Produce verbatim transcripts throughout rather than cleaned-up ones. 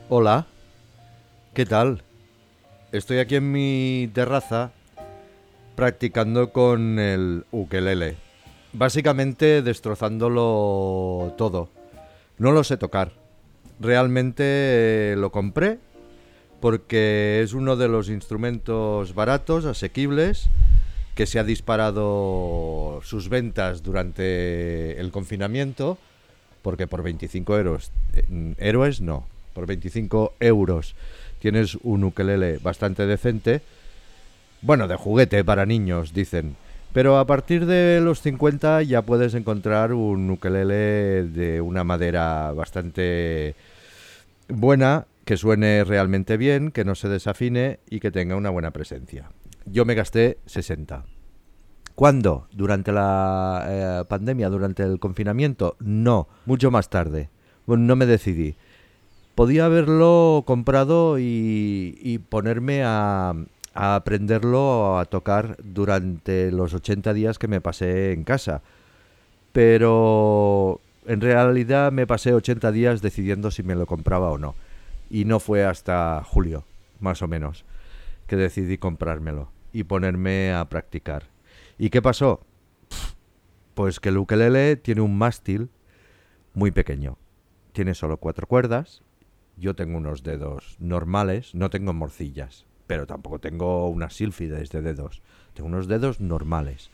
Hola, ¿qué tal? Estoy aquí en mi terraza practicando con el ukelele. Básicamente destrozándolo todo. No lo sé tocar. Realmente eh, lo compré porque es uno de los instrumentos baratos, asequibles, que se ha disparado sus ventas durante el confinamiento, porque por veinticinco euros, eh, héroes no, por veinticinco euros tienes un ukelele bastante decente, bueno, de juguete para niños, dicen. Pero a partir de los cincuenta ya puedes encontrar un ukelele de una madera bastante buena, que suene realmente bien, que no se desafine y que tenga una buena presencia. Yo me gasté sesenta. ¿Cuándo? ¿Durante la eh, pandemia? ¿Durante el confinamiento? No, mucho más tarde. Bueno, no me decidí. Podía haberlo comprado y, y ponerme a, a aprenderlo a tocar durante los ochenta días que me pasé en casa. Pero en realidad me pasé ochenta días decidiendo si me lo compraba o no. Y no fue hasta julio, más o menos, que decidí comprármelo y ponerme a practicar. ¿Y qué pasó? Pues que el ukelele tiene un mástil muy pequeño. Tiene solo cuatro cuerdas. Yo tengo unos dedos normales, no tengo morcillas, pero tampoco tengo unas sílfides de dedos. Tengo unos dedos normales.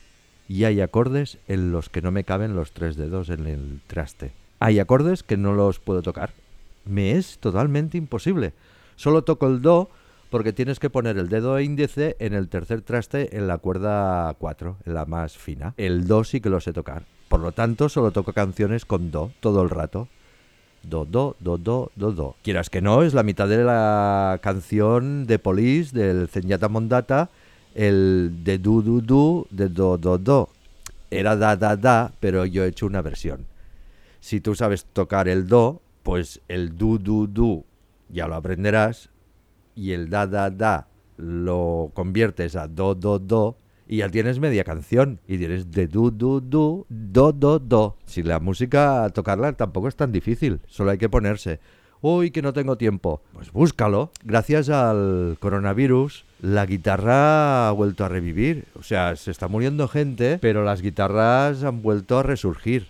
Y hay acordes en los que no me caben los tres dedos en el traste. Hay acordes que no los puedo tocar. Me es totalmente imposible. Solo toco el do porque tienes que poner el dedo índice en el tercer traste en la cuerda cuatro, en la más fina. El do sí que lo sé tocar. Por lo tanto, solo toco canciones con do todo el rato. Do, do, do, do, do, do. Quieras que no, es la mitad de la canción de Police, del Zenyatta Mondata, el de du, du, du, de do, do, do. Era da, da, da, pero yo he hecho una versión. Si tú sabes tocar el do, pues el du, du, du ya lo aprenderás, y el da, da, da lo conviertes a do, do, do, y ya tienes media canción. Y tienes de du, du, du, do, do, do. Si la música, tocarla tampoco es tan difícil. Solo hay que ponerse. Uy, que no tengo tiempo. Pues búscalo. Gracias al coronavirus, la guitarra ha vuelto a revivir. O sea, se está muriendo gente, pero las guitarras han vuelto a resurgir.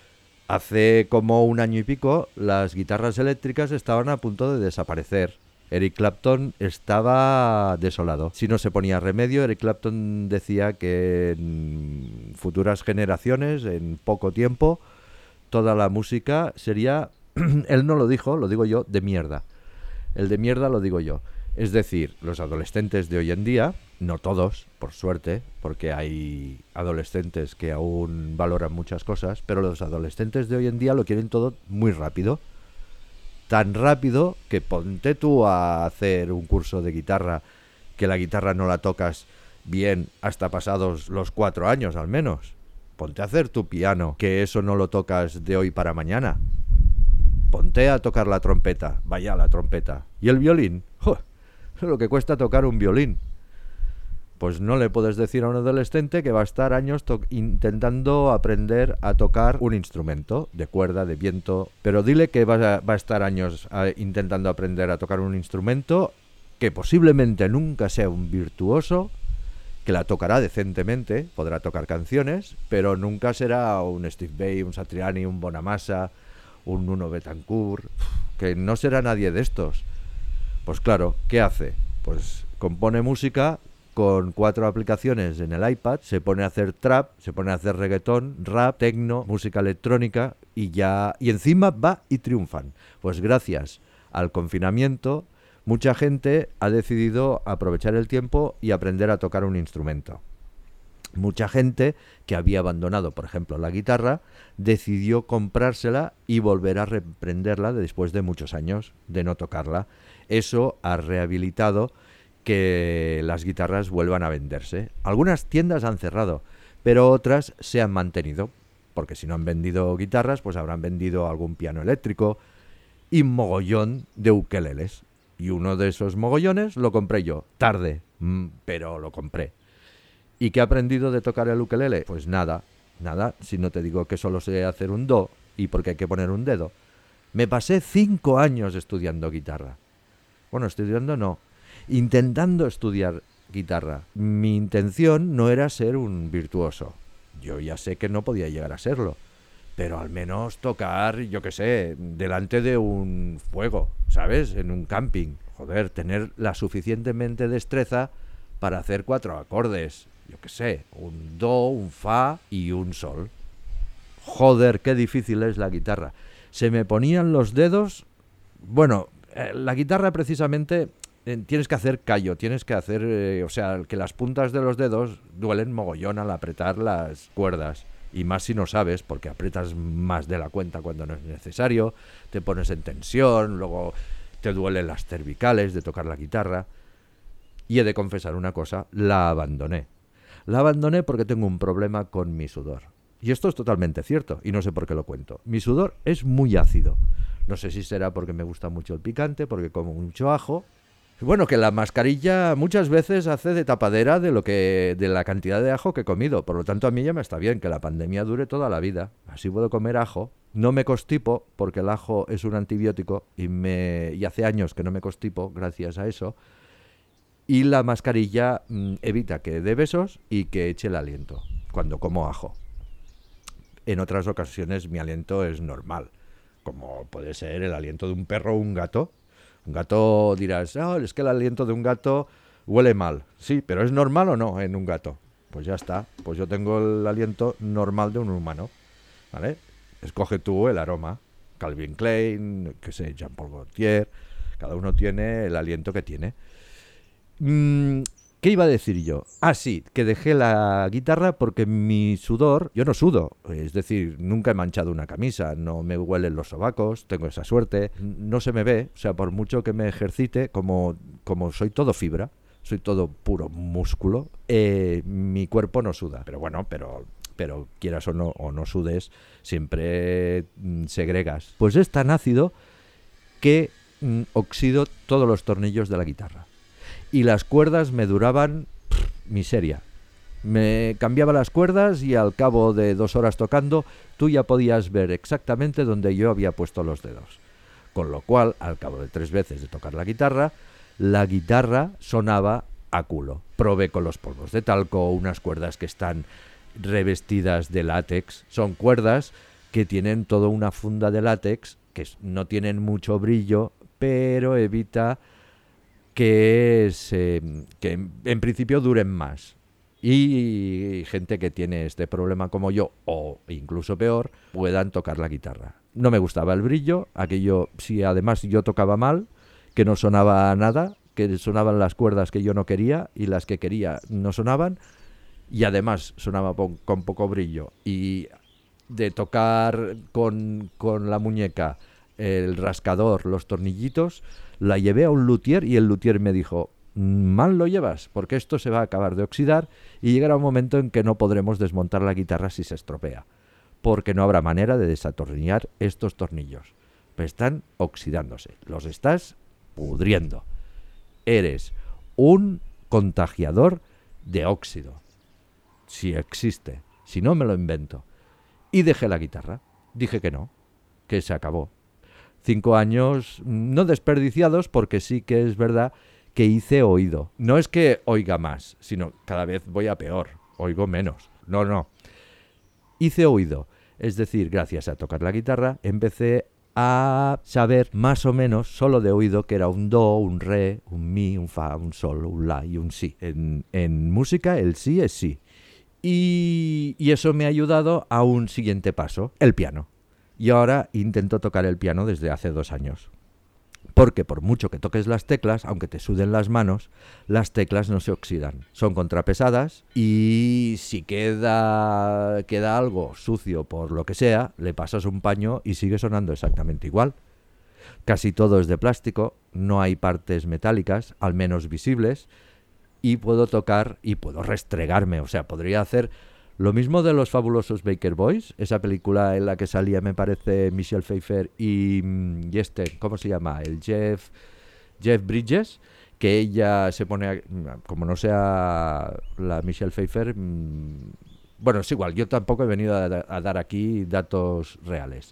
Hace como un año y pico, las guitarras eléctricas estaban a punto de desaparecer. Eric Clapton estaba desolado. Si no se ponía remedio, Eric Clapton decía que en futuras generaciones, en poco tiempo, toda la música sería, él no lo dijo, lo digo yo, de mierda. El de mierda lo digo yo. Es decir, los adolescentes de hoy en día, no todos, por suerte, porque hay adolescentes que aún valoran muchas cosas, pero los adolescentes de hoy en día lo quieren todo muy rápido. Tan rápido que ponte tú a hacer un curso de guitarra, que la guitarra no la tocas bien hasta pasados los cuatro años al menos. Ponte a hacer tu piano, que eso no lo tocas de hoy para mañana. Ponte a tocar la trompeta, vaya la trompeta. ¿Y el violín? ¡Oh! Lo que cuesta tocar un violín. Pues no le puedes decir a un adolescente que va a estar años to- intentando aprender a tocar un instrumento de cuerda, de viento, pero dile que va a, va a estar años a, intentando aprender a tocar un instrumento que posiblemente nunca sea un virtuoso, que la tocará decentemente, podrá tocar canciones, pero nunca será un Steve Vai, un Satriani, un Bonamassa, un Nuno Betancourt, que no será nadie de estos. Pues claro, ¿qué hace? Pues compone música con cuatro aplicaciones en el iPad, se pone a hacer trap, se pone a hacer reggaetón, rap, techno, música electrónica y ya y encima va y triunfan. Pues gracias al confinamiento, mucha gente ha decidido aprovechar el tiempo y aprender a tocar un instrumento. Mucha gente que había abandonado, por ejemplo, la guitarra, decidió comprársela y volver a reprenderla después de muchos años de no tocarla. Eso ha rehabilitado que las guitarras vuelvan a venderse. Algunas tiendas han cerrado, pero otras se han mantenido, porque si no han vendido guitarras, pues habrán vendido algún piano eléctrico y mogollón de ukeleles. Y uno de esos mogollones lo compré yo, tarde, pero lo compré. ¿Y qué he aprendido de tocar el ukelele? Pues nada, nada, si no te digo que solo sé hacer un do y porque hay que poner un dedo. Me pasé cinco años estudiando guitarra. Bueno, estudiando no, intentando estudiar guitarra. Mi intención no era ser un virtuoso. Yo ya sé que no podía llegar a serlo, pero al menos tocar, yo qué sé, delante de un fuego, ¿sabes? En un camping. Joder, tener la suficientemente destreza para hacer cuatro acordes. Yo qué sé, un do, un fa y un sol. Joder, qué difícil es la guitarra. Se me ponían los dedos... Bueno, eh, la guitarra precisamente eh, tienes que hacer callo, tienes que hacer... Eh, o sea, que las puntas de los dedos duelen mogollón al apretar las cuerdas. Y más si no sabes, porque aprietas más de la cuenta cuando no es necesario, te pones en tensión, luego te duelen las cervicales de tocar la guitarra. Y he de confesar una cosa, la abandoné. La abandoné porque tengo un problema con mi sudor. Y esto es totalmente cierto, y no sé por qué lo cuento. Mi sudor es muy ácido. No sé si será porque me gusta mucho el picante, porque como mucho ajo. Bueno, que la mascarilla muchas veces hace de tapadera de lo que de la cantidad de ajo que he comido. Por lo tanto, a mí ya me está bien que la pandemia dure toda la vida. Así puedo comer ajo. No me constipo, porque el ajo es un antibiótico, y, me, y hace años que no me constipo gracias a eso. Y la mascarilla mmm, evita que dé besos y que eche el aliento cuando como ajo. En otras ocasiones mi aliento es normal, como puede ser el aliento de un perro o un gato. Un gato dirás, oh, es que el aliento de un gato huele mal. Sí, pero ¿es normal o no en un gato? Pues ya está, pues yo tengo el aliento normal de un humano, ¿vale? Escoge tú el aroma. Calvin Klein, qué sé, Jean-Paul Gaultier, cada uno tiene el aliento que tiene. Mm, ¿Qué iba a decir yo? Ah, sí, que dejé la guitarra porque mi sudor... Yo no sudo, es decir, nunca he manchado una camisa, no me huelen los sobacos, tengo esa suerte, no se me ve, o sea, por mucho que me ejercite, como, como soy todo fibra, soy todo puro músculo, eh, mi cuerpo no suda. Pero bueno, pero... pero quieras o no, o no sudes, siempre mm, segregas. Pues es tan ácido que mm, oxido todos los tornillos de la guitarra. Y las cuerdas me duraban pff, miseria. Me cambiaba las cuerdas y al cabo de dos horas tocando, tú ya podías ver exactamente dónde yo había puesto los dedos. Con lo cual, al cabo de tres veces de tocar la guitarra, la guitarra sonaba a culo. Probé con los polvos de talco, unas cuerdas que están revestidas de látex. Son cuerdas que tienen toda una funda de látex, que no tienen mucho brillo, pero evita que, se, que en, en principio duren más. Y gente que tiene este problema como yo, o incluso peor, puedan tocar la guitarra. No me gustaba el brillo, aquello, si además yo tocaba mal, que no sonaba nada, que sonaban las cuerdas que yo no quería y las que quería no sonaban, y además sonaba con, con poco brillo. Y de tocar con, con la muñeca el rascador, los tornillitos, la llevé a un luthier y el luthier me dijo: mal lo llevas, porque esto se va a acabar de oxidar y llegará un momento en que no podremos desmontar la guitarra si se estropea, porque no habrá manera de desatornillar estos tornillos. Pues están oxidándose, los estás pudriendo. Eres un contagiador de óxido. Si existe, si no me lo invento. Y dejé la guitarra. Dije que no, que se acabó. Cinco años no desperdiciados, porque sí que es verdad que hice oído. No es que oiga más, sino cada vez voy a peor, oigo menos. No, no. Hice oído. Es decir, gracias a tocar la guitarra, empecé a saber más o menos, solo de oído, que era un do, un re, un mi, un fa, un sol, un la y un si. En, en música el sí es sí. Y, y eso me ha ayudado a un siguiente paso, el piano. Y ahora intento tocar el piano desde hace dos años. Porque por mucho que toques las teclas, aunque te suden las manos, las teclas no se oxidan. Son contrapesadas y si queda, queda algo sucio por lo que sea, le pasas un paño y sigue sonando exactamente igual. Casi todo es de plástico, no hay partes metálicas, al menos visibles, y puedo tocar y puedo restregarme. O sea, podría hacer lo mismo de los fabulosos Baker Boys, esa película en la que salía, me parece, Michelle Pfeiffer y, y este, ¿cómo se llama? El Jeff, Jeff Bridges, que ella se pone, a, como no sea la Michelle Pfeiffer, mmm, bueno, es igual, yo tampoco he venido a, a dar aquí datos reales,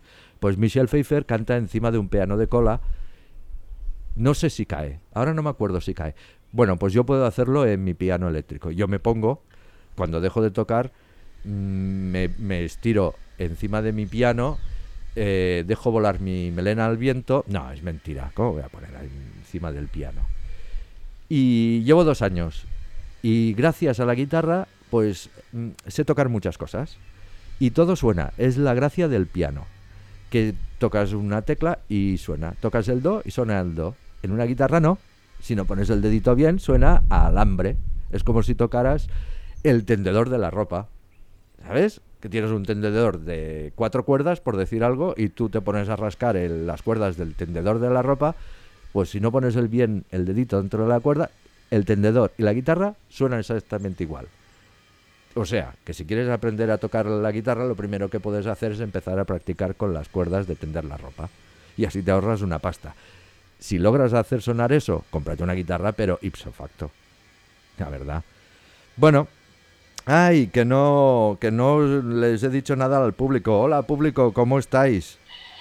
Pues Michelle Pfeiffer canta encima de un piano de cola. No sé si cae, ahora no me acuerdo si cae. Bueno, pues yo puedo hacerlo en mi piano eléctrico. Yo me pongo, cuando dejo de tocar, me, me estiro encima de mi piano, eh, dejo volar mi melena al viento. No, es mentira, ¿cómo voy a poner ahí encima del piano? Y llevo dos años. Y gracias a la guitarra, pues sé tocar muchas cosas. Y todo suena, es la gracia del piano. Que tocas una tecla y suena. Tocas el do y suena el do. En una guitarra no. Si no pones el dedito bien, suena a alambre. Es como si tocaras el tendedor de la ropa. ¿Sabes? Que tienes un tendedor de cuatro cuerdas, por decir algo, y tú te pones a rascar el, las cuerdas del tendedor de la ropa. Pues si no pones el bien el dedito dentro de la cuerda, el tendedor y la guitarra suenan exactamente igual. O sea, que si quieres aprender a tocar la guitarra, lo primero que puedes hacer es empezar a practicar con las cuerdas de tender la ropa. Y así te ahorras una pasta. Si logras hacer sonar eso, cómprate una guitarra, pero ipso facto. La verdad. Bueno, ay, que no, que no les he dicho nada al público. Hola, público, ¿cómo estáis?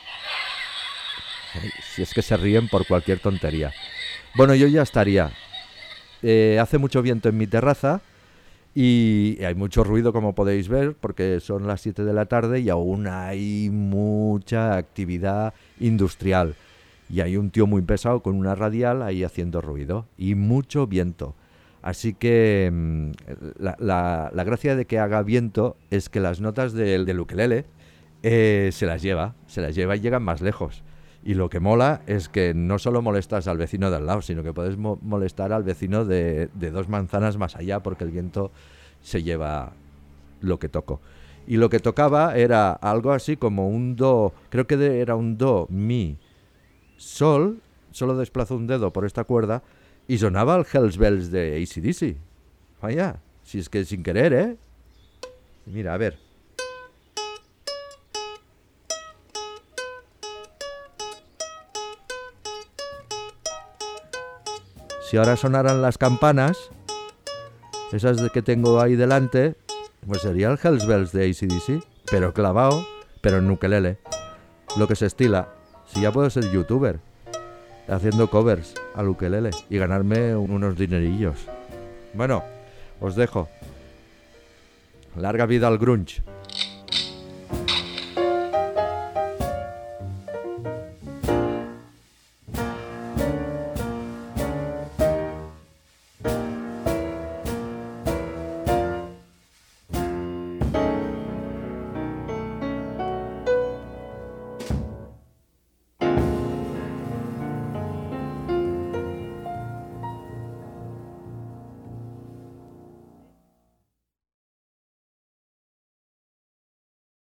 Ay, si es que se ríen por cualquier tontería. Bueno, yo ya estaría. Eh, hace mucho viento en mi terraza. Y hay mucho ruido, como podéis ver, porque son las siete de la tarde y aún hay mucha actividad industrial. Y hay un tío muy pesado con una radial ahí haciendo ruido y mucho viento. Así que mmm, la, la, la gracia de que haga viento es que las notas del, del ukelele eh, se las lleva, se las lleva y llegan más lejos. Y lo que mola es que no solo molestas al vecino de al lado, sino que puedes mo- molestar al vecino de, de dos manzanas más allá, porque el viento se lleva lo que toco. Y lo que tocaba era algo así como un do, creo que de, era un do, mi, sol, solo desplazo un dedo por esta cuerda y sonaba el Hells Bells de A C D C. Vaya, si es que sin querer, ¿eh? Mira, a ver. Si ahora sonaran las campanas, esas de que tengo ahí delante, pues sería el Hells Bells de A C D C, pero clavado, pero en ukelele. Lo que se estila. Si ya puedo ser youtuber, haciendo covers al ukelele y ganarme unos dinerillos. Bueno, os dejo. Larga vida al grunge.